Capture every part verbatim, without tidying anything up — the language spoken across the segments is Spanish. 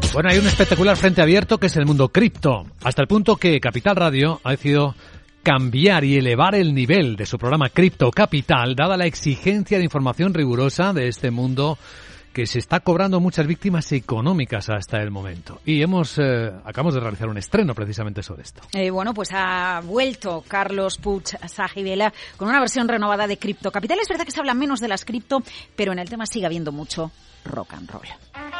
Bueno, hay un espectacular frente abierto que es el mundo cripto, hasta el punto que Capital Radio ha decidido cambiar y elevar el nivel de su programa Cripto Capital, dada la exigencia de información rigurosa de este mundo que se está cobrando muchas víctimas económicas hasta el momento. Y hemos eh, acabamos de realizar un estreno precisamente sobre esto. Eh, bueno, pues ha vuelto Carlos Puig Sagivela con una versión renovada de Cripto Capital. Es verdad que se habla menos de las cripto, pero en el tema sigue habiendo mucho rock and roll.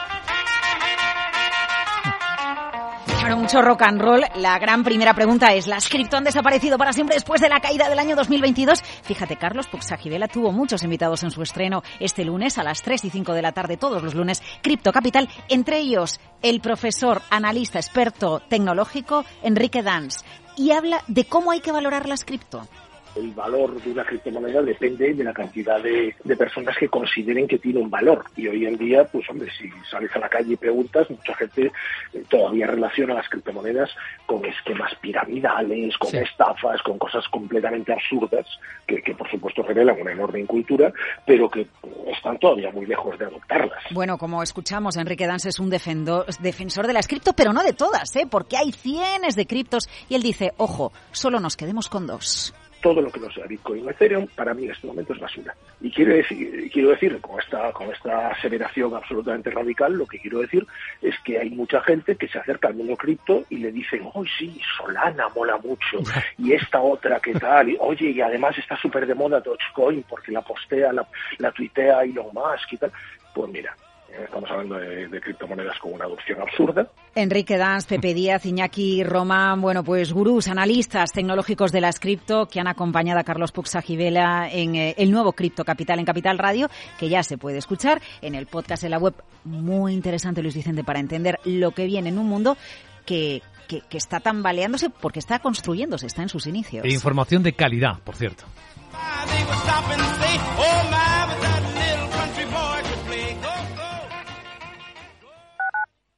Claro, mucho rock and roll. La gran primera pregunta es, ¿las cripto han desaparecido para siempre después de la caída del año dos mil veintidós? Fíjate, Carlos Puig Sagivela tuvo muchos invitados en su estreno este lunes a las tres y cinco de la tarde, todos los lunes, Cripto Capital, entre ellos el profesor, analista, experto tecnológico Enrique Dans, y habla de cómo hay que valorar las cripto. El valor de una criptomoneda depende de la cantidad de, de personas que consideren que tiene un valor. Y hoy en día, pues hombre, si sales a la calle y preguntas, mucha gente eh, todavía relaciona las criptomonedas con esquemas piramidales, con sí. estafas, con cosas completamente absurdas, que, que por supuesto revelan una enorme incultura, pero que están todavía muy lejos de adoptarlas. Bueno, como escuchamos, Enrique Dans es un defendo, defensor de las cripto, pero no de todas, ¿eh? Porque hay cientos de criptos, y él dice, ojo, solo nos quedemos con dos. Todo lo que no sea Bitcoin o Ethereum, para mí en este momento es basura. Y quiero decir, quiero decir con esta con esta aseveración absolutamente radical, lo que quiero decir es que hay mucha gente que se acerca al mundo cripto y le dicen, oh sí, Solana mola mucho, y esta otra qué tal, y oye, y además está súper de moda Dogecoin porque la postea, la, la tuitea Elon Musk y tal. Pues mira, estamos hablando de, de criptomonedas con una adopción absurda. Enrique Dans, Pepe Díaz, Iñaki Román, bueno, pues gurús, analistas tecnológicos de las cripto que han acompañado a Carlos Puig Sagivela en eh, el nuevo Cripto Capital en Capital Radio, que ya se puede escuchar en el podcast en la web. Muy interesante, Luis Vicente, para entender lo que viene en un mundo que, que, que está tambaleándose porque está construyéndose, está en sus inicios. E información de calidad, por cierto.